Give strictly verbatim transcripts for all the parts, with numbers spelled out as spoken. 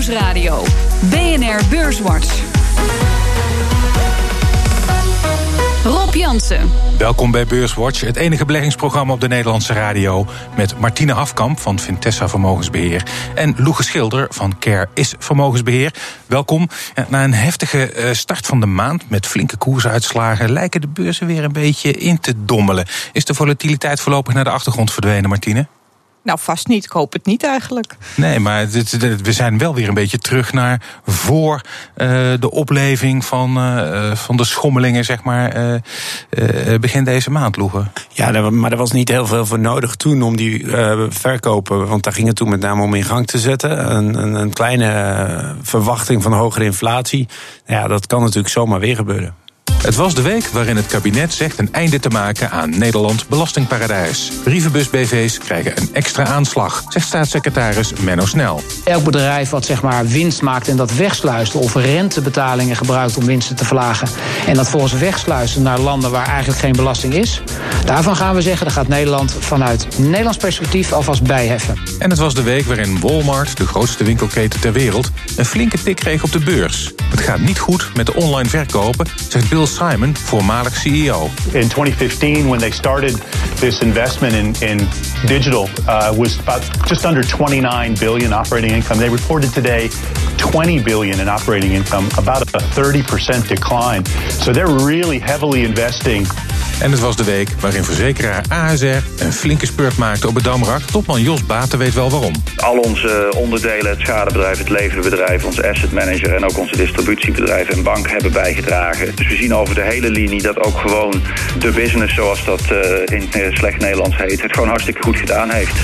Nieuwsradio. B N R Beurswatch. Rob Jansen. Welkom bij Beurswatch, het enige beleggingsprogramma op de Nederlandse radio. Met Martine Afkamp van Vintessa Vermogensbeheer en Loege Schilder van Care is Vermogensbeheer. Welkom. Na een heftige start van de maand met flinke koersuitslagen lijken de beurzen weer een beetje in te dommelen. Is de volatiliteit voorlopig naar de achtergrond verdwenen, Martine? Nou, vast niet. Ik hoop het niet eigenlijk. Nee, maar dit, dit, we zijn wel weer een beetje terug naar voor uh, de opleving van, uh, van de schommelingen, zeg maar, uh, uh, begin deze maand, Loege. Ja, maar er was niet heel veel voor nodig toen om die uh, verkopen, want daar ging het toen met name om in gang te zetten. Een, een, een kleine verwachting van hogere inflatie. Ja, dat kan natuurlijk zomaar weer gebeuren. Het was de week waarin het kabinet zegt een einde te maken aan Nederland belastingparadijs. Brievenbus B V's krijgen een extra aanslag, zegt staatssecretaris Menno Snel. Elk bedrijf wat zeg maar winst maakt en dat wegsluist of rentebetalingen gebruikt om winsten te verlagen en dat volgens wegsluizen naar landen waar eigenlijk geen belasting is, daarvan gaan we zeggen, daar gaat Nederland vanuit Nederlands perspectief alvast bijheffen. En het was de week waarin Walmart, de grootste winkelketen ter wereld, een flinke tik kreeg op de beurs. Het gaat niet goed met de online verkopen, zegt Bill Simon, voormalig C E O. In twenty fifteen, when they started this investment in, in digital, uh, was about just under twenty-nine billion operating income. They reported today twenty billion in operating income, about a thirty percent decline. So they're really heavily investing. En het was de week waarin verzekeraar A S R een flinke spurt maakte op het Damrak. Topman Jos Baten weet wel waarom. Al onze onderdelen, het schadebedrijf, het levende bedrijf, ons asset manager en ook onze distributiebedrijf en bank hebben bijgedragen. Dus we zien over de hele linie dat ook gewoon de business, zoals dat uh, in slecht Nederlands heet, het gewoon hartstikke goed gedaan heeft.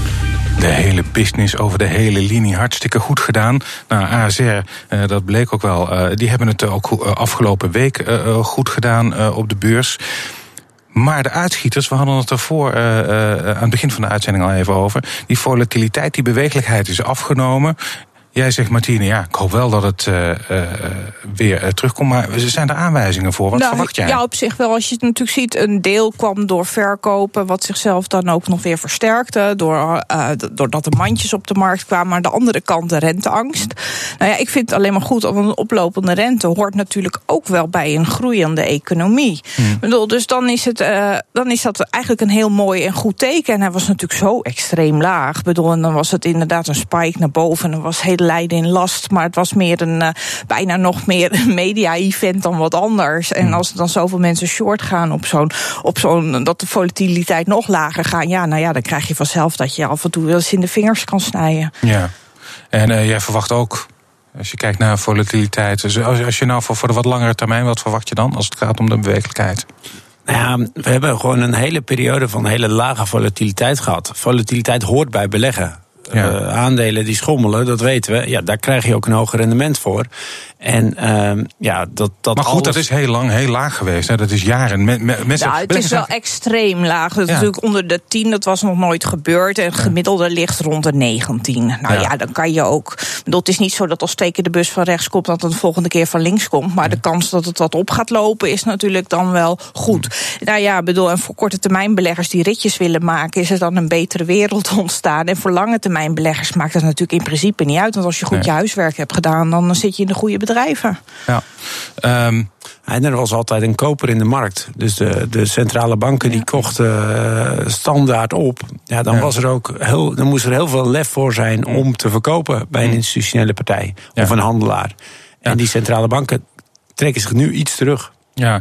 De hele business over de hele linie hartstikke goed gedaan. Nou, A S R, uh, dat bleek ook wel, uh, die hebben het ook uh, afgelopen week uh, goed gedaan uh, op de beurs. Maar de uitschieters, we hadden het ervoor uh, uh, aan het begin van de uitzending al even over. Die volatiliteit, die bewegelijkheid is afgenomen. Jij zegt, Martine, ja, ik hoop wel dat het uh, uh, weer uh, terugkomt. Maar zijn er aanwijzingen voor? Wat nou, verwacht jij? Ja, op zich wel. Als je het natuurlijk ziet, een deel kwam door verkopen, wat zichzelf dan ook nog weer versterkte. Door, uh, doordat de mandjes op de markt kwamen. Maar aan de andere kant de renteangst. Nou ja, ik vind het alleen maar goed, want een oplopende rente hoort natuurlijk ook wel bij een groeiende economie. Hmm. Ik bedoel, dus dan is, het, uh, dan is dat eigenlijk een heel mooi en goed teken. En hij was natuurlijk zo extreem laag. Ik bedoel, en dan was het inderdaad een spike naar boven. En dan was heel lijden in last, maar het was meer een uh, bijna nog meer een media-event dan wat anders. En als er dan zoveel mensen short gaan op zo'n, op zo'n, dat de volatiliteit nog lager gaat, ja, nou ja, dan krijg je vanzelf dat je af en toe wel eens in de vingers kan snijden. Ja, en uh, jij verwacht ook, als je kijkt naar volatiliteit, dus als, als je nou voor, voor de wat langere termijn, wat verwacht je dan als het gaat om de bewegelijkheid? Nou ja, we hebben gewoon een hele periode van hele lage volatiliteit gehad. Volatiliteit hoort bij beleggen. Ja. Uh, aandelen die schommelen, dat weten we. Ja, daar krijg je ook een hoger rendement voor. En uh, ja, dat, dat maar goed, alles... dat is heel lang, heel laag geweest. Hè? Dat is jaren. Me, me, mensen, ja, het is wel zijn... extreem laag. Dat is ja. natuurlijk onder de tien, dat was nog nooit gebeurd. En het gemiddelde ligt rond de negentien. Nou ja, ja dan kan je ook... Bedoel, het is niet zo dat als teken de bus van rechts komt, dat het de volgende keer van links komt. Maar ja. de kans dat het wat op gaat lopen is natuurlijk dan wel goed. Ja. Nou ja, bedoel, en voor korte termijn beleggers die ritjes willen maken, is er dan een betere wereld ontstaan. En voor lange termijn beleggers maakt dat natuurlijk in principe niet uit. Want als je goed nee. je huiswerk hebt gedaan, dan zit je in de goede bedrijven. Ja. Um, en er was altijd een koper in de markt. Dus de, de centrale banken ja. die kochten uh, standaard op. Ja, dan, ja. Was er ook heel, dan moest er heel veel lef voor zijn om te verkopen bij een institutionele partij of ja. een handelaar. En ja. die centrale banken trekken zich nu iets terug. Ja.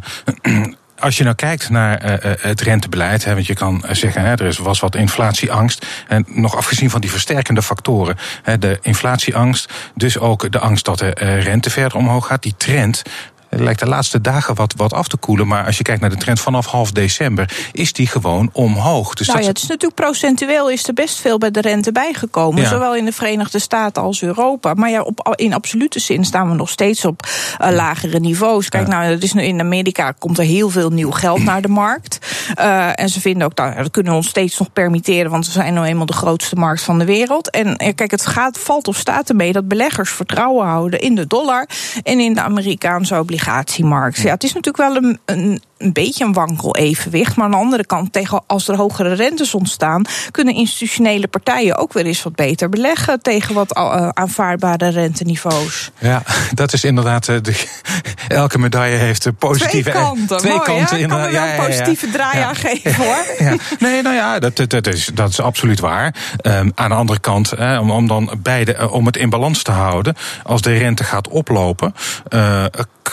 Als je nou kijkt naar uh, het rentebeleid, hè, want je kan zeggen, hè, er is, was wat inflatieangst. En nog afgezien van die versterkende factoren, hè, de inflatieangst, dus ook de angst dat de uh, rente verder omhoog gaat, die trend. Het lijkt de laatste dagen wat, wat af te koelen. Maar als je kijkt naar de trend vanaf half december, is die gewoon omhoog. Dus nou dat ja, het is natuurlijk procentueel is er best veel bij de rente bijgekomen. Ja. Zowel in de Verenigde Staten als Europa. Maar ja, op, in absolute zin staan we nog steeds op uh, lagere niveaus. Kijk, ja. nou, dat is nu in Amerika komt er heel veel nieuw geld naar de markt. Uh, en ze vinden ook, nou, dat kunnen we ons steeds nog permitteren, want we zijn nou eenmaal de grootste markt van de wereld. En kijk, het gaat, valt of staat ermee dat beleggers vertrouwen houden in de dollar en in de Amerikaanse obligatiemarkt. Ja, het is natuurlijk wel een, een een beetje een wankel evenwicht. Maar aan de andere kant, tegen, als er hogere rentes ontstaan, kunnen institutionele partijen ook weer eens wat beter beleggen tegen wat uh, aanvaardbare renteniveaus. Ja, dat is inderdaad. Uh, de, elke medaille heeft een positieve. Twee kanten. Twee mooi, kanten. Ja, ik kan er wel ja, een ja, positieve ja, draai ja, aan geven, ja, hoor. Ja. Nee, nou ja, dat, dat, is, dat is absoluut waar. Um, aan de andere kant, eh, om, om dan beide, uh, om het in balans te houden, als de rente gaat oplopen, uh,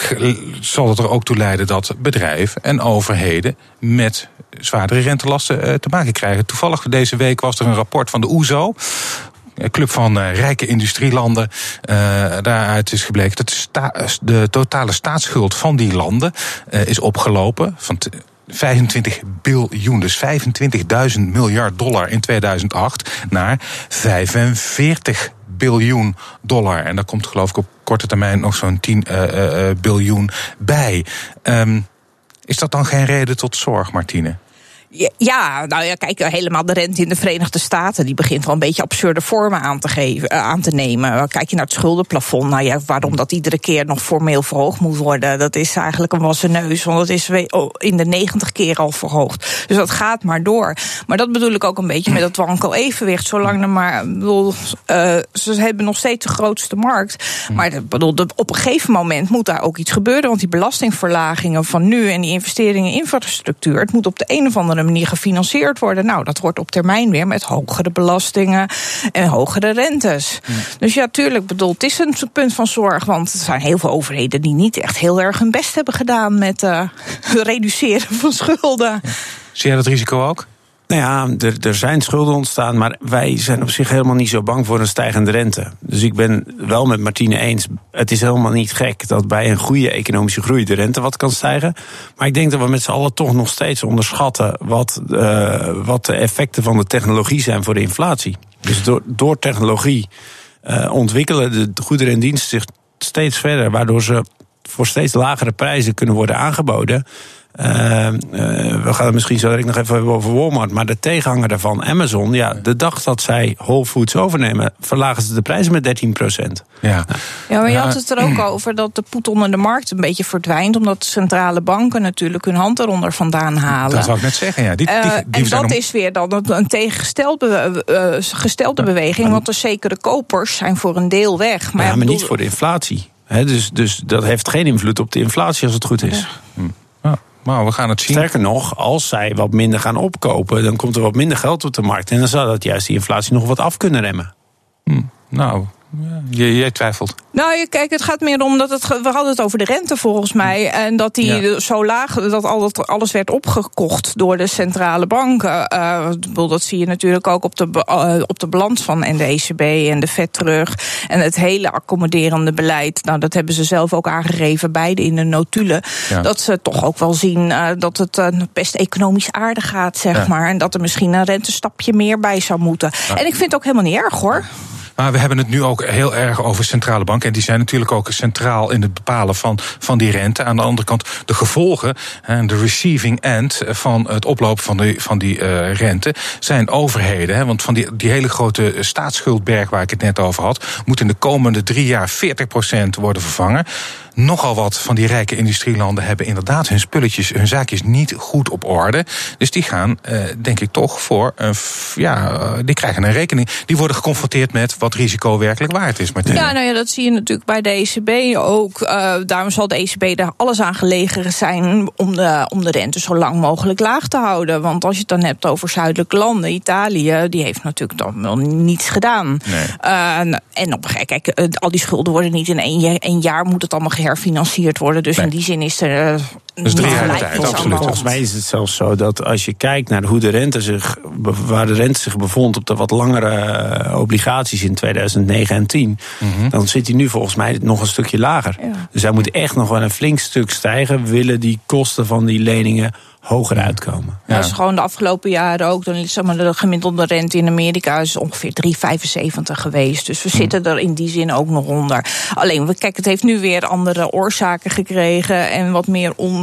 zal het er ook toe leiden dat bedrijven en overheden met zwaardere rentelasten uh, te maken krijgen. Toevallig deze week was er een rapport van de O E S O. Een club van uh, rijke industrielanden. Uh, daaruit is gebleken dat de, sta- de totale staatsschuld van die landen uh, is opgelopen van t- vijfentwintig biljoen, dus vijfentwintigduizend miljard dollar in tweeduizend acht naar vijfenveertig biljoen dollar. En daar komt geloof ik op korte termijn nog zo'n tien uh, uh, biljoen bij. Um, is dat dan geen reden tot zorg, Martine? Ja, nou ja, kijk, helemaal de rente in de Verenigde Staten, die begint wel een beetje absurde vormen aan te, geven, uh, aan te nemen. Kijk je naar het schuldenplafond, nou ja, waarom dat iedere keer nog formeel verhoogd moet worden, dat is eigenlijk een wassen neus, want het is in de negentig keer al verhoogd. Dus dat gaat maar door. Maar dat bedoel ik ook een beetje met dat wankel evenwicht, zolang er maar, bedoel, uh, ze hebben nog steeds de grootste markt, maar ik bedoel, op een gegeven moment moet daar ook iets gebeuren, want die belastingverlagingen van nu en die investeringen in infrastructuur, het moet op de een of andere manier gefinancierd worden. Nou, dat wordt op termijn weer met hogere belastingen en hogere rentes. Ja. Dus ja, tuurlijk, bedoel, het is een punt van zorg, want er zijn heel veel overheden die niet echt heel erg hun best hebben gedaan met uh, het reduceren van schulden. Ja. Zie jij dat risico ook? Nou ja, er, er zijn schulden ontstaan, maar wij zijn op zich helemaal niet zo bang voor een stijgende rente. Dus ik ben wel met Martine eens, het is helemaal niet gek dat bij een goede economische groei de rente wat kan stijgen. Maar ik denk dat we met z'n allen toch nog steeds onderschatten wat, uh, wat de effecten van de technologie zijn voor de inflatie. Dus door, door technologie uh, ontwikkelen de goederen en diensten zich steeds verder, waardoor ze voor steeds lagere prijzen kunnen worden aangeboden. Uh, uh, we gaan het misschien zo direct nog even hebben over Walmart, maar de tegenhanger daarvan, Amazon, ja, de dag dat zij Whole Foods overnemen, verlagen ze de prijzen met dertien procent. Ja. ja, maar je had het er ook over dat de poet onder de markt een beetje verdwijnt, omdat de centrale banken natuurlijk hun hand eronder vandaan halen. Dat zou ik net zeggen, ja. Die, die, die, die en dat om... is weer dan een tegengestelde uh, gestelde ja. beweging, want de zekere kopers zijn voor een deel weg. Maar, ja, maar bedoel... niet voor de inflatie. He, dus, dus dat heeft geen invloed op de inflatie als het goed is. Ja. Hm. Nou, we gaan het zien. Sterker nog, als zij wat minder gaan opkopen, dan komt er wat minder geld op de markt. En dan zou dat juist die inflatie nog wat af kunnen remmen. Hm. Nou, ja, jij twijfelt. Nou, kijk, het gaat meer om dat het. We hadden het over de rente volgens mij. En dat die ja. zo laag, dat alles werd opgekocht door de centrale banken. Uh, dat zie je natuurlijk ook op de, uh, op de balans van en de E C B en de Fed terug. En het hele accommoderende beleid. Nou, dat hebben ze zelf ook aangegeven, beide in de notulen. Ja. Dat ze toch ook wel zien uh, dat het uh, best economisch aardig gaat, zeg ja. maar. En dat er misschien een rentestapje meer bij zou moeten. Ja. En ik vind het ook helemaal niet erg, hoor. Maar we hebben het nu ook heel erg over centrale banken. En die zijn natuurlijk ook centraal in het bepalen van, van die rente. Aan de andere kant de gevolgen, de receiving end van het oplopen van die, van die uh, rente, zijn overheden. Hè, want van die, die hele grote staatsschuldberg waar ik het net over had, moet in de komende drie jaar veertig procent worden vervangen. Nogal wat van die rijke industrielanden hebben inderdaad hun spulletjes, hun zaakjes niet goed op orde. Dus die gaan, uh, denk ik toch, voor een, ja, uh, die krijgen een rekening. Die worden geconfronteerd met wat risico werkelijk waard is. Martine. Ja, nou ja, dat zie je natuurlijk bij de E C B ook. Uh, daarom zal de E C B er alles aan gelegen zijn om de, om de rente zo lang mogelijk laag te houden. Want als je het dan hebt over zuidelijke landen, Italië, die heeft natuurlijk dan wel niets gedaan. Nee. Uh, en op, kijk, uh, al die schulden worden niet in één jaar, één jaar moet het allemaal geherfinancierd worden. Dus nee. in die zin is er uh, dus drie jaar tijd, absoluut. Volgens, volgens mij is het zelfs zo dat als je kijkt naar hoe de rente zich, waar de rente zich bevond op de wat langere obligaties in tweeduizend negen en tien, mm-hmm. dan zit hij nu volgens mij nog een stukje lager. Ja. Dus hij moet echt nog wel een flink stuk stijgen, willen die kosten van die leningen hoger uitkomen. Ja. Dat is gewoon de afgelopen jaren ook. Dan is zeg maar, de gemiddelde rente in Amerika is ongeveer drie komma vijfenzeventig geweest. Dus we zitten er in die zin ook nog onder. Alleen, kijk, het heeft nu weer andere oorzaken gekregen en wat meer on,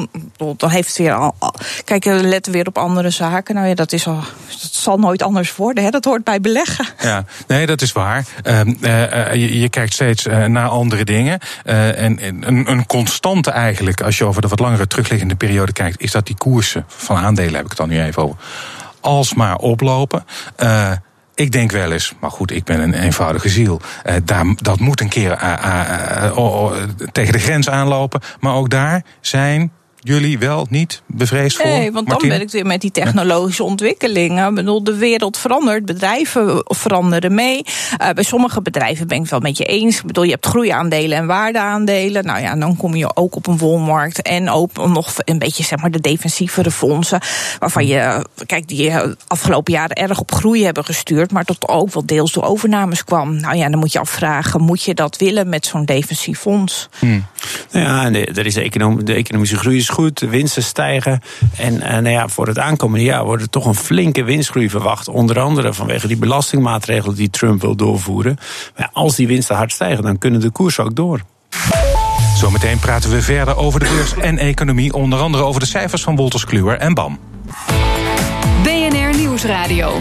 dan, dan heeft het weer al. Kijk, we letten weer op andere zaken. Nou ja, dat is al. Dat zal nooit anders worden. Hè? Dat hoort bij beleggen. Ja, nee, dat is waar. Uh, uh, je, je kijkt steeds uh, naar andere dingen. Uh, en een, een constante eigenlijk, als je over de wat langere terugliggende periode kijkt, is dat die koersen van aandelen, heb ik het dan nu even over, alsmaar oplopen. Uh, Ik denk wel eens, maar goed, ik ben een eenvoudige ziel. Uh, daar, dat moet een keer uh, uh, uh, uh, uh, tegen de grens aanlopen. Maar ook daar zijn jullie wel niet bevreesd voor? Nee, want Martine? dan ben ik weer met die technologische ontwikkelingen. Ik bedoel, de wereld verandert, bedrijven veranderen mee. Uh, bij sommige bedrijven ben ik het wel met je eens. Ik bedoel, je hebt groeiaandelen en waardeaandelen. Nou ja, dan kom je ook op een wolmarkt en ook nog een beetje, zeg maar, de defensievere fondsen, waarvan je, kijk, die afgelopen jaren erg op groei hebben gestuurd, maar tot ook wel deels door overnames kwam. Nou ja, dan moet je afvragen, moet je dat willen met zo'n defensief fonds? Hmm. Nou ja, de, er is de, econom, de economische groei is goed, de winsten stijgen. En, en nou ja, voor het aankomende jaar wordt er toch een flinke winstgroei verwacht. Onder andere vanwege die belastingmaatregelen die Trump wil doorvoeren. Maar ja, als die winsten hard stijgen, dan kunnen de koersen ook door. Zometeen praten we verder over de beurs en economie. Onder andere over de cijfers van Wolters Kluwer en B A M. B N R Nieuwsradio.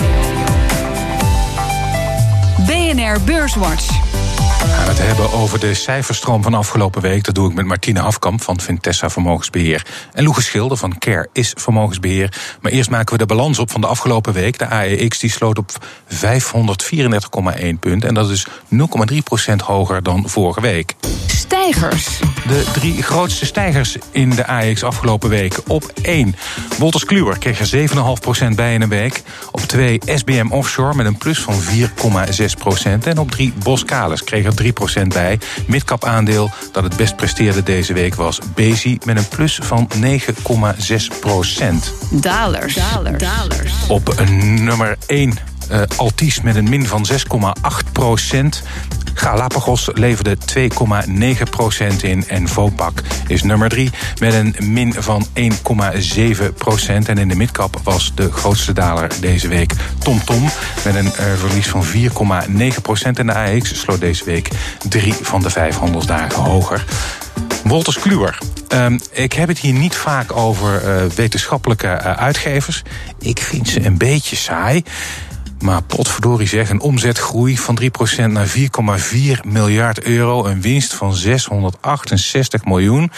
B N R Beurswatch. We gaan het hebben over de cijferstroom van afgelopen week. Dat doe ik met Martine Hafkamp van Vintessa Vermogensbeheer en Loege Schilder van Care is Vermogensbeheer. Maar eerst maken we de balans op van de afgelopen week. De A E X die sloot op vijfhonderdvierendertig komma één punt. En dat is nul komma drie procent hoger dan vorige week. Stijgers. De drie grootste stijgers in de A E X afgelopen week. Op één, Wolters Kluwer kreeg er zeven komma vijf procent bij in een week. Op twee, S B M Offshore met een plus van vier komma zes procent. En op drie, Boskalis kreeg er drie procent bij. Midcap aandeel dat het best presteerde deze week was Bezi met een plus van negen komma zes procent. Dalers. Dalers. Dalers. Op nummer één, uh, Altis met een min van zes komma acht procent. Galapagos leverde twee komma negen procent in en Vopak is nummer drie met een min van één komma zeven procent. En in de midcap was de grootste daler deze week TomTom met een uh, verlies van vier komma negen procent. En de A E X sloot deze week drie van de vijf handelsdagen hoger. Wolters Kluwer. Um, ik heb het hier niet vaak over uh, wetenschappelijke uh, uitgevers. Ik vind ze een beetje saai. Maar potverdorie zeg, een omzetgroei van drie procent naar vier komma vier miljard euro. Een winst van zeshonderdachtenzestig miljoen.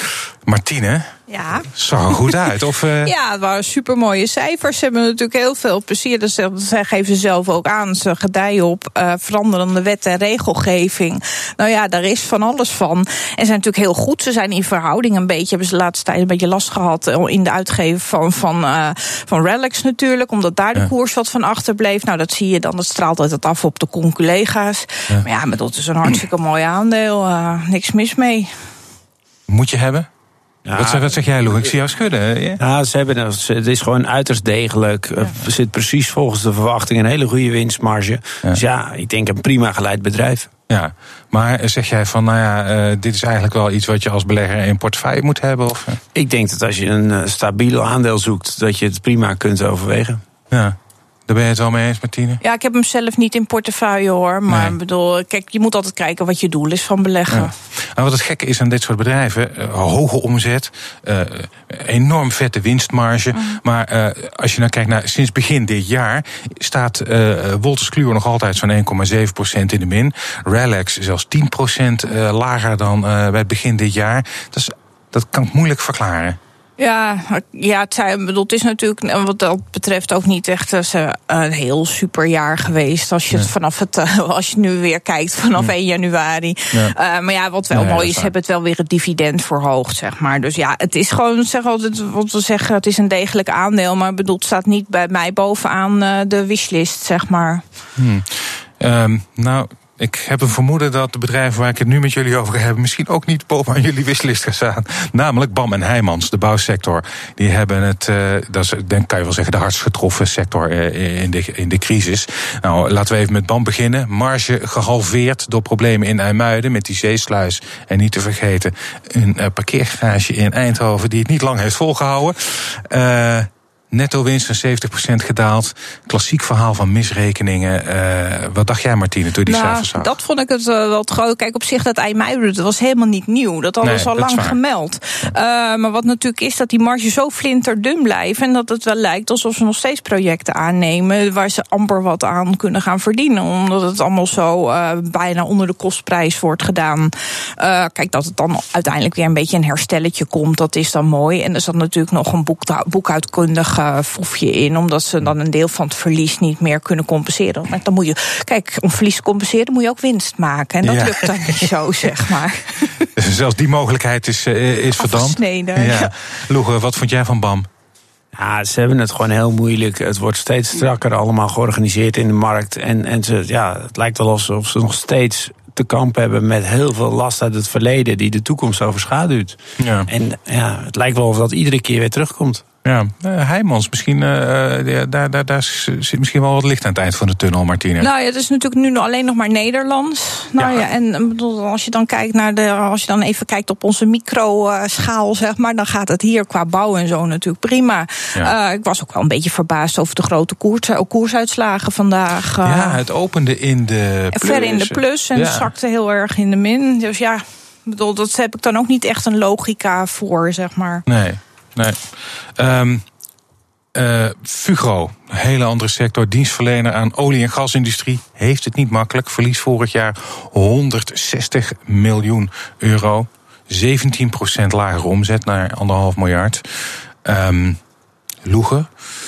Martine, ja. zag er goed uit. Of, uh... Ja, het waren supermooie cijfers. Ze hebben natuurlijk heel veel plezier. Dat geven ze zelf ook aan. Ze gedijen op uh, veranderende wet en regelgeving. Nou ja, daar is van alles van. En ze zijn natuurlijk heel goed. Ze zijn in verhouding een beetje, hebben ze de laatste tijd een beetje last gehad in de uitgeven van, van, uh, van Relics natuurlijk. Omdat daar de ja. koers wat van achterbleef. Nou, dat zie je dan. Dat straalt altijd af op de conculega's. Ja. Maar ja, maar dat is een hartstikke mooi aandeel. Uh, niks mis mee. Moet je hebben? Ja, wat, zeg, wat zeg jij, Lou? Ik zie jou schudden. Ja, ja ze hebben, het is gewoon uiterst degelijk. Ja. Er zit precies volgens de verwachting een hele goede winstmarge. Ja. Dus ja, ik denk een prima geleid bedrijf. Ja, maar zeg jij van, nou ja, uh, dit is eigenlijk wel iets wat je als belegger in portefeuille moet hebben? Of? Ik denk dat als je een uh, stabiel aandeel zoekt, dat je het prima kunt overwegen. Ja. Daar ben je het wel mee eens, Martine? Ja, ik heb hem zelf niet in portefeuille, hoor. Maar nee. bedoel, kijk, je moet altijd kijken wat je doel is van beleggen. Ja. Nou, wat het gekke is aan dit soort bedrijven, uh, hoge omzet, uh, enorm vette winstmarge. Mm. Maar uh, als je nou kijkt naar sinds begin dit jaar, staat uh, Wolters Kluwer nog altijd zo'n één komma zeven procent in de min. Relax zelfs tien procent uh, lager dan uh, bij het begin dit jaar. Dat, is, dat kan ik moeilijk verklaren. Ja, ja het, zijn, bedoel, het is natuurlijk wat dat betreft ook niet echt een heel super jaar geweest. Als je het vanaf het, als je nu weer kijkt vanaf één januari. Ja. Uh, maar ja, wat wel nee, mooi is, hebben het wel weer het dividend verhoogd, zeg maar. Dus ja, het is gewoon, zeg altijd, wat we zeggen, het is een degelijk aandeel. Maar bedoel, het staat niet bij mij bovenaan uh, de wishlist, zeg maar. Hmm. Um, nou. Ik heb een vermoeden dat de bedrijven waar ik het nu met jullie over heb misschien ook niet bovenaan jullie wishlist gaan staan. Namelijk B A M en Heijmans, de bouwsector. Die hebben het, uh, dat is, denk, kan je wel zeggen, de hardst getroffen sector uh, in, de, in de crisis. Nou, laten we even met B A M beginnen. Marge gehalveerd door problemen in IJmuiden met die zeesluis. En niet te vergeten, een uh, parkeergarage in Eindhoven die het niet lang heeft volgehouden. Uh, Netto winst van zeventig procent gedaald. Klassiek verhaal van misrekeningen. Uh, wat dacht jij, Martine, toen die nou, cijfers zag? Dat vond ik het uh, wel groot. Kijk, op zich dat IJmuiden, dat was helemaal niet nieuw. Dat hadden nee, ze al lang gemeld. Uh, maar wat natuurlijk is dat die marges zo flinterdun blijven en dat het wel lijkt alsof ze nog steeds projecten aannemen waar ze amper wat aan kunnen gaan verdienen. Omdat het allemaal zo uh, bijna onder de kostprijs wordt gedaan. Uh, kijk, dat het dan uiteindelijk weer een beetje een herstelletje komt, dat is dan mooi. En er zat natuurlijk nog een boek, boekhoudkundig uh, foefje in, omdat ze dan een deel van het verlies niet meer kunnen compenseren. Maar dan moet je, kijk, om verlies te compenseren moet je ook winst maken. En dat ja. lukt dan niet zo, zeg maar. Dus zelfs die mogelijkheid is, uh, is verdampt. Ja. Ja. Loege, wat vond jij van B A M? Ja, ze hebben het gewoon heel moeilijk. Het wordt steeds strakker allemaal georganiseerd in de markt. En, en ze, ja, het lijkt wel alsof ze nog steeds te kampen hebben met heel veel last uit het verleden die de toekomst overschaduwt. Ja. En ja, het lijkt wel of dat iedere keer weer terugkomt. Ja, uh, Heijmans, misschien, uh, daar, daar, daar zit misschien wel wat licht aan het eind van de tunnel, Martine. Nou ja, het is natuurlijk nu alleen nog maar Nederlands. Nou ja, ja en bedoel, als je dan kijkt naar de, als je dan even kijkt op onze microschaal, zeg maar, dan gaat het hier qua bouw en zo natuurlijk prima. Ja. Uh, ik was ook wel een beetje verbaasd over de grote koers, koersuitslagen vandaag. Uh, ja, het opende in de plus. Ver in de plus en ja. zakte heel erg in de min. Dus ja, bedoel, dat heb ik dan ook niet echt een logica voor, zeg maar. Nee. Nee. Um, uh, Fugro, een hele andere sector, dienstverlener aan olie- en gasindustrie, heeft het niet makkelijk. Verlies vorig jaar honderdzestig miljoen euro. zeventien procent lager omzet naar anderhalf miljard. Um, Loege.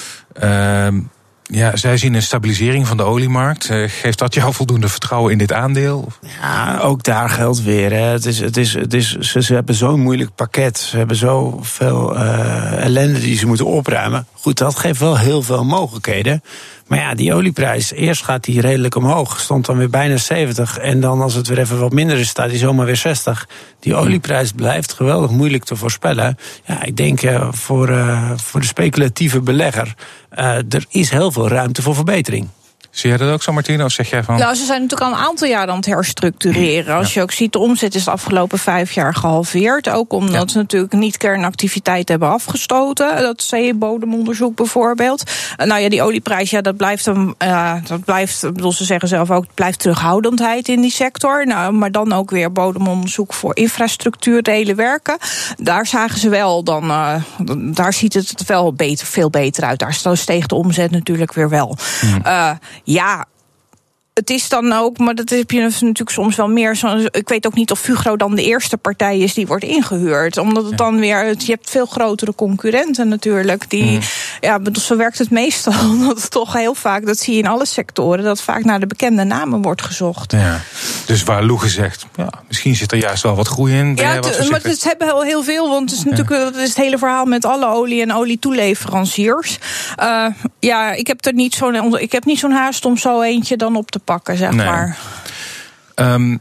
Um, Ja, zij zien een stabilisering van de oliemarkt. Uh, geeft dat jou voldoende vertrouwen in dit aandeel? Ja, ook daar geldt weer. Hè. Het is, het is, het is, ze, ze hebben zo'n moeilijk pakket. Ze hebben zoveel uh, ellende die ze moeten opruimen. Goed, dat geeft wel heel veel mogelijkheden. Maar ja, die olieprijs, eerst gaat die redelijk omhoog. Stond dan weer bijna zeventig. En dan als het weer even wat minder is, staat die zomaar weer zestig. Die olieprijs blijft geweldig moeilijk te voorspellen. Ja, ik denk uh, voor, uh, voor de speculatieve belegger, Uh, er is heel veel ruimte voor verbetering. Zie jij dat ook zo, Martine? Of zeg jij van? Nou, ze zijn natuurlijk al een aantal jaar aan het herstructureren. Als je ook ziet, de omzet is de afgelopen vijf jaar gehalveerd. Ook omdat ja. ze natuurlijk niet kernactiviteit hebben afgestoten. Dat zeebodemonderzoek bijvoorbeeld. Nou ja, die olieprijs, ja, dat blijft een, uh, dat blijft, ik bedoel, ze zeggen zelf ook, het blijft terughoudendheid in die sector. Nou, maar dan ook weer bodemonderzoek voor infrastructurele werken. Daar zagen ze wel dan, uh, daar ziet het wel beter, veel beter uit. Daar steeg de omzet natuurlijk weer wel. Hmm. Uh, Ja, het is dan ook, maar dat heb je natuurlijk soms wel meer. Zo, ik weet ook niet of Fugro dan de eerste partij is die wordt ingehuurd. Omdat het ja. dan weer, je hebt veel grotere concurrenten natuurlijk. Die, mm. ja, zo werkt het meestal. Dat het toch heel vaak, dat zie je in alle sectoren, dat vaak naar de bekende namen wordt gezocht. Ja. Dus waar Loege zegt, ja, misschien zit er juist wel wat groei in. Ja, het, maar het hebben heel, heel veel, want het is natuurlijk ja. het, is het hele verhaal met alle olie- en olietoeleveranciers. Uh, ja, ik heb er niet zo'n, ik heb niet zo'n haast om zo eentje dan op te pakken, zeg nee. maar. Um,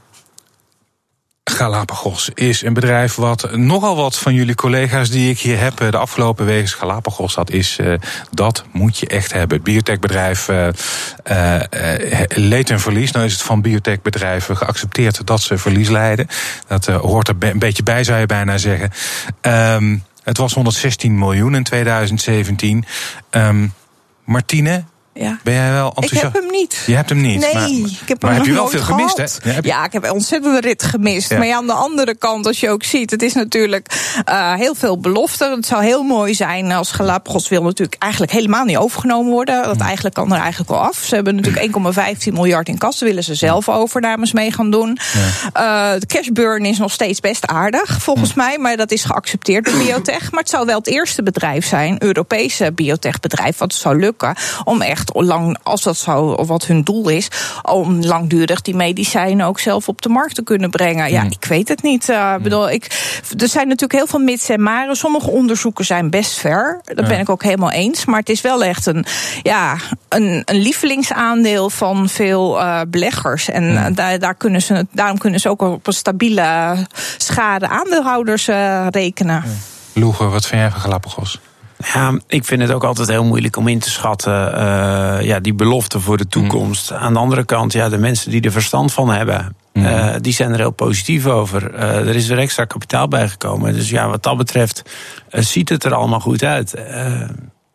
Galapagos is een bedrijf wat nogal wat van jullie collega's die ik hier heb de afgelopen weken, Galapagos, dat is, uh, dat moet je echt hebben. Het biotechbedrijf uh, uh, uh, leed een verlies. Nou is het van biotechbedrijven geaccepteerd dat ze verlies lijden. Dat uh, hoort er een beetje bij, zou je bijna zeggen. Um, het was honderdzestien miljoen in tweeduizend zeventien. Um, Martine, ja. ben jij wel enthousiast? Ik heb hem niet. Je hebt hem niet. Nee, maar, ik heb maar hem heb je wel nooit veel gehad. gemist, hè? Ja, heb je... ja, ik heb een ontzettende rit gemist. Ja. Maar ja, aan de andere kant, als je ook ziet, het is natuurlijk uh, heel veel belofte. Het zou heel mooi zijn als Galapagos wil natuurlijk eigenlijk helemaal niet overgenomen worden. Dat eigenlijk kan er eigenlijk wel af. Ze hebben natuurlijk één komma vijftien miljard in kas. Daar willen ze zelf overnames mee gaan doen. Ja. Uh, de cashburn is nog steeds best aardig, volgens ja. mij. Maar dat is geaccepteerd door biotech. Maar het zou wel het eerste bedrijf zijn, Europese biotechbedrijf, wat het zou lukken om echt lang, als dat zou, wat hun doel is, om langdurig die medicijnen ook zelf op de markt te kunnen brengen. Ja, ik weet het niet. Uh, bedoel, ik, er zijn natuurlijk heel veel mits en maren. Sommige onderzoeken zijn best ver. Dat ja. ben ik ook helemaal eens. Maar het is wel echt een, ja, een, een lievelingsaandeel van veel uh, beleggers. En ja. daar, daar kunnen ze, daarom kunnen ze ook op een stabiele schade aandeelhouders uh, rekenen. Ja. Loege, wat vind jij van Galapagos? Ja, ik vind het ook altijd heel moeilijk om in te schatten, uh, ja, die belofte voor de toekomst. Mm. Aan de andere kant, ja, de mensen die er verstand van hebben, mm. uh, die zijn er heel positief over. Uh, er is er extra kapitaal bijgekomen. Dus ja, wat dat betreft uh, ziet het er allemaal goed uit. Uh,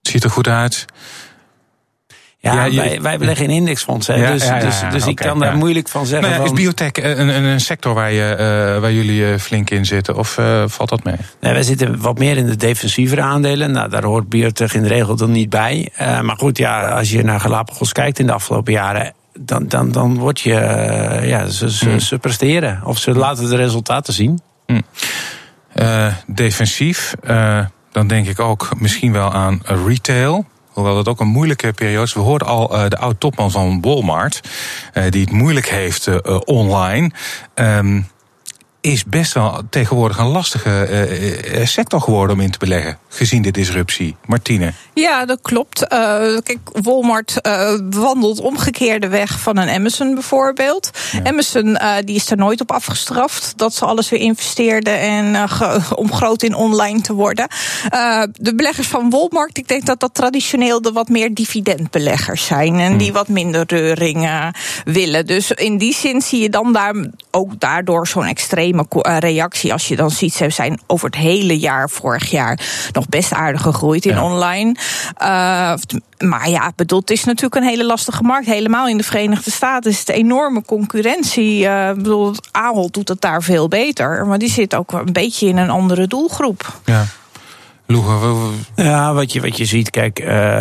Ziet er goed uit. Ja, ja je, wij, wij beleggen in indexfondsen. Ja, dus ja, ja, ja, dus, dus okay, ik kan daar ja. moeilijk van zeggen. Nou ja, van, is biotech een, een, een sector waar, je, uh, waar jullie uh, flink in zitten? Of uh, valt dat mee? Nee, wij zitten wat meer in de defensievere aandelen. Nou, daar hoort biotech in de regel dan niet bij. Uh, maar goed, ja, als je naar Galapagos kijkt in de afgelopen jaren, Dan, dan, dan word je, uh, ja, ze, ze, hmm. ze presteren. Of ze laten de resultaten zien. Hmm. Uh, defensief, uh, dan denk ik ook misschien wel aan retail. Hoewel dat ook een moeilijke periode is. We hoorden al uh, de oud-topman van Walmart, uh, die het moeilijk heeft uh, online. Um, is best wel tegenwoordig een lastige uh, sector geworden om in te beleggen, gezien de disruptie. Martine? Ja, dat klopt. Uh, kijk, Walmart uh, wandelt omgekeerde weg van een Amazon bijvoorbeeld. Ja. Amazon uh, die is er nooit op afgestraft dat ze alles weer investeerden en uh, ge, om groot in online te worden. Uh, de beleggers van Walmart, ik denk dat dat traditioneel de wat meer dividendbeleggers zijn en hmm. die wat minder reuring uh, willen. Dus in die zin zie je dan daar ook daardoor zo'n extreem reactie. Als je dan ziet, ze zijn over het hele jaar, vorig jaar, nog best aardig gegroeid in ja. online. Uh, maar ja, bedoel, het is natuurlijk een hele lastige markt. Helemaal in de Verenigde Staten is het enorme concurrentie. Uh, bedoel, Ahold doet het daar veel beter. Maar die zit ook een beetje in een andere doelgroep. Ja. Ja, wat je, wat je ziet, kijk,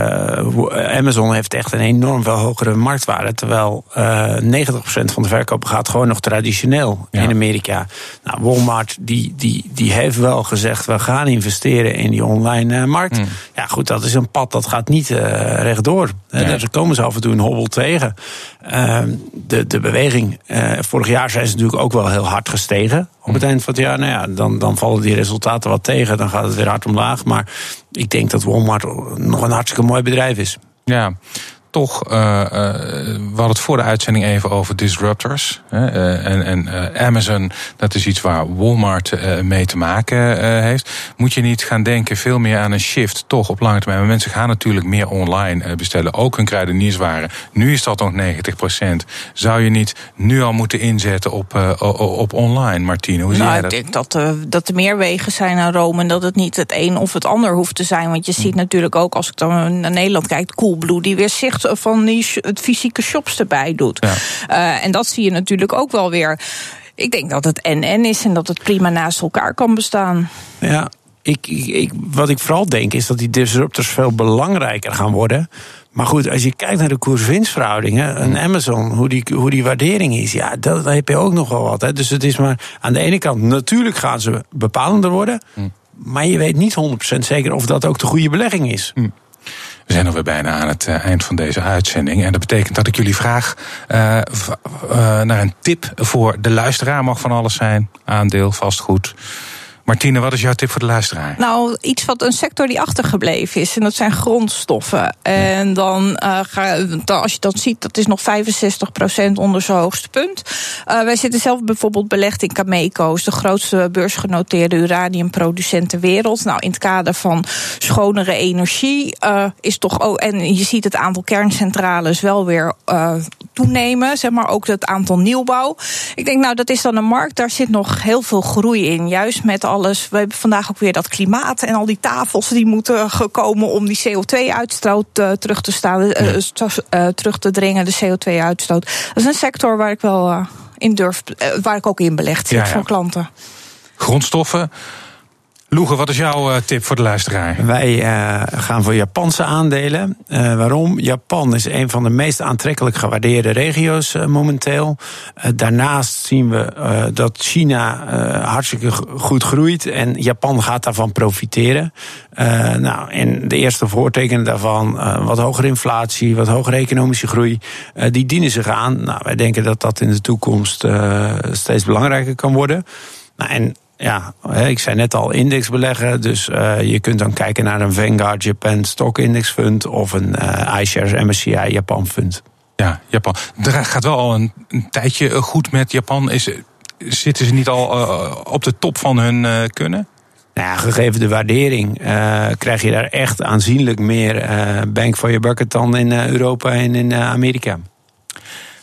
uh, Amazon heeft echt een enorm veel hogere marktwaarde, terwijl uh, negentig procent van de verkoop gaat gewoon nog traditioneel ja. in Amerika. Nou, Walmart die, die, die heeft wel gezegd, we gaan investeren in die online uh, markt. Mm. Ja goed, dat is een pad, dat gaat niet uh, rechtdoor. Ja. Daar komen ze af en toe een hobbel tegen. Uh, de, de beweging, uh, vorig jaar zijn ze natuurlijk ook wel heel hard gestegen. Op het eind van het jaar, nou ja, dan, dan vallen die resultaten wat tegen, dan gaat het weer hard omlaag. Maar ik denk dat Walmart nog een hartstikke mooi bedrijf is. Ja, toch, uh, uh, we hadden het voor de uitzending even over disruptors. Hè, uh, en en uh, Amazon, dat is iets waar Walmart uh, mee te maken uh, heeft. Moet je niet gaan denken veel meer aan een shift, toch op lange termijn. Maar mensen gaan natuurlijk meer online uh, bestellen, ook hun kruidenierswaren. Nu is dat nog negentig procent. Zou je niet nu al moeten inzetten op, uh, op online, Martine? Hoe zie nou, jij dat? Ik denk dat, uh, dat er meer wegen zijn naar Rome en dat het niet het een of het ander hoeft te zijn. Want je ziet natuurlijk ook, als ik dan naar Nederland kijk, Coolblue, die weer zicht van die het fysieke shops erbij doet. Ja. Uh, en dat zie je natuurlijk ook wel weer. Ik denk dat het en-en is en dat het prima naast elkaar kan bestaan. Ja, ik, ik, wat ik vooral denk is dat die disruptors veel belangrijker gaan worden. Maar goed, als je kijkt naar de koers-winstverhoudingen, een Amazon, hoe die, hoe die waardering is, ja, dat, dat heb je ook nog wel wat. Hè. Dus het is maar aan de ene kant, natuurlijk gaan ze bepalender worden, hm. maar je weet niet honderd procent zeker of dat ook de goede belegging is. Hm. We zijn alweer bijna aan het uh, eind van deze uitzending. En dat betekent dat ik jullie vraag uh, v- uh, naar een tip voor de luisteraar. Mag van alles zijn. Aandeel, vastgoed. Martine, wat is jouw tip voor de luisteraar? Nou, iets wat een sector die achtergebleven is. En dat zijn grondstoffen. En dan, uh, ga, dan als je dat ziet, dat is nog vijfenzestig procent onder zijn hoogste punt. Uh, wij zitten zelf bijvoorbeeld belegd in Cameco's, de grootste beursgenoteerde uraniumproducent ter wereld. Nou, in het kader van schonere energie uh, is toch ook, en je ziet het aantal kerncentrales wel weer uh, toenemen. Zeg maar ook het aantal nieuwbouw. Ik denk, nou, dat is dan een markt, daar zit nog heel veel groei in. Juist met alles. We hebben vandaag ook weer dat klimaat en al die tafels die moeten komen om die C O twee uitstoot uh, terug te staan, uh, uh, uh, terug te dringen, de C O twee uitstoot. Dat is een sector waar ik wel uh, in durf, uh, waar ik ook in belegd zit ja, ja. voor klanten. Grondstoffen. Loege, wat is jouw uh, tip voor de luisteraar? Wij uh, gaan voor Japanse aandelen. Uh, waarom? Japan is een van de meest aantrekkelijk gewaardeerde regio's uh, momenteel. Uh, daarnaast zien we uh, dat China uh, hartstikke goed groeit en Japan gaat daarvan profiteren. Uh, nou, en de eerste voortekenen daarvan, uh, wat hogere inflatie, wat hogere economische groei, uh, die dienen zich aan. Nou, wij denken dat dat in de toekomst uh, steeds belangrijker kan worden. Nou, en ja, ik zei net al index beleggen, dus uh, je kunt dan kijken naar een Vanguard Japan Stock Index Fund of een uh, iShares M S C I Japan Fund. Ja, Japan. Er gaat wel al een, een tijdje goed met Japan. Is, zitten ze niet al uh, op de top van hun uh, kunnen? Nou ja, gegeven de waardering uh, krijg je daar echt aanzienlijk meer uh, bang for your bucket dan in uh, Europa en in uh, Amerika.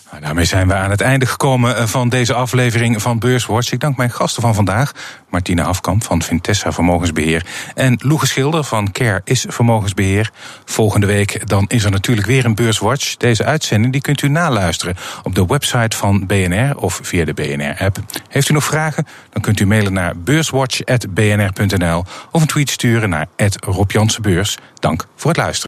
Nou, daarmee zijn we aan het einde gekomen van deze aflevering van Beurswatch. Ik dank mijn gasten van vandaag, Martina Afkamp van Vintessa Vermogensbeheer en Loege Schilder van Care is Vermogensbeheer. Volgende week dan is er natuurlijk weer een Beurswatch. Deze uitzending die kunt u naluisteren op de website van B N R of via de B N R-app. Heeft u nog vragen? Dan kunt u mailen naar beurswatch apenstaartje b n r punt n l of een tweet sturen naar at rob jansen beurs. Dank voor het luisteren.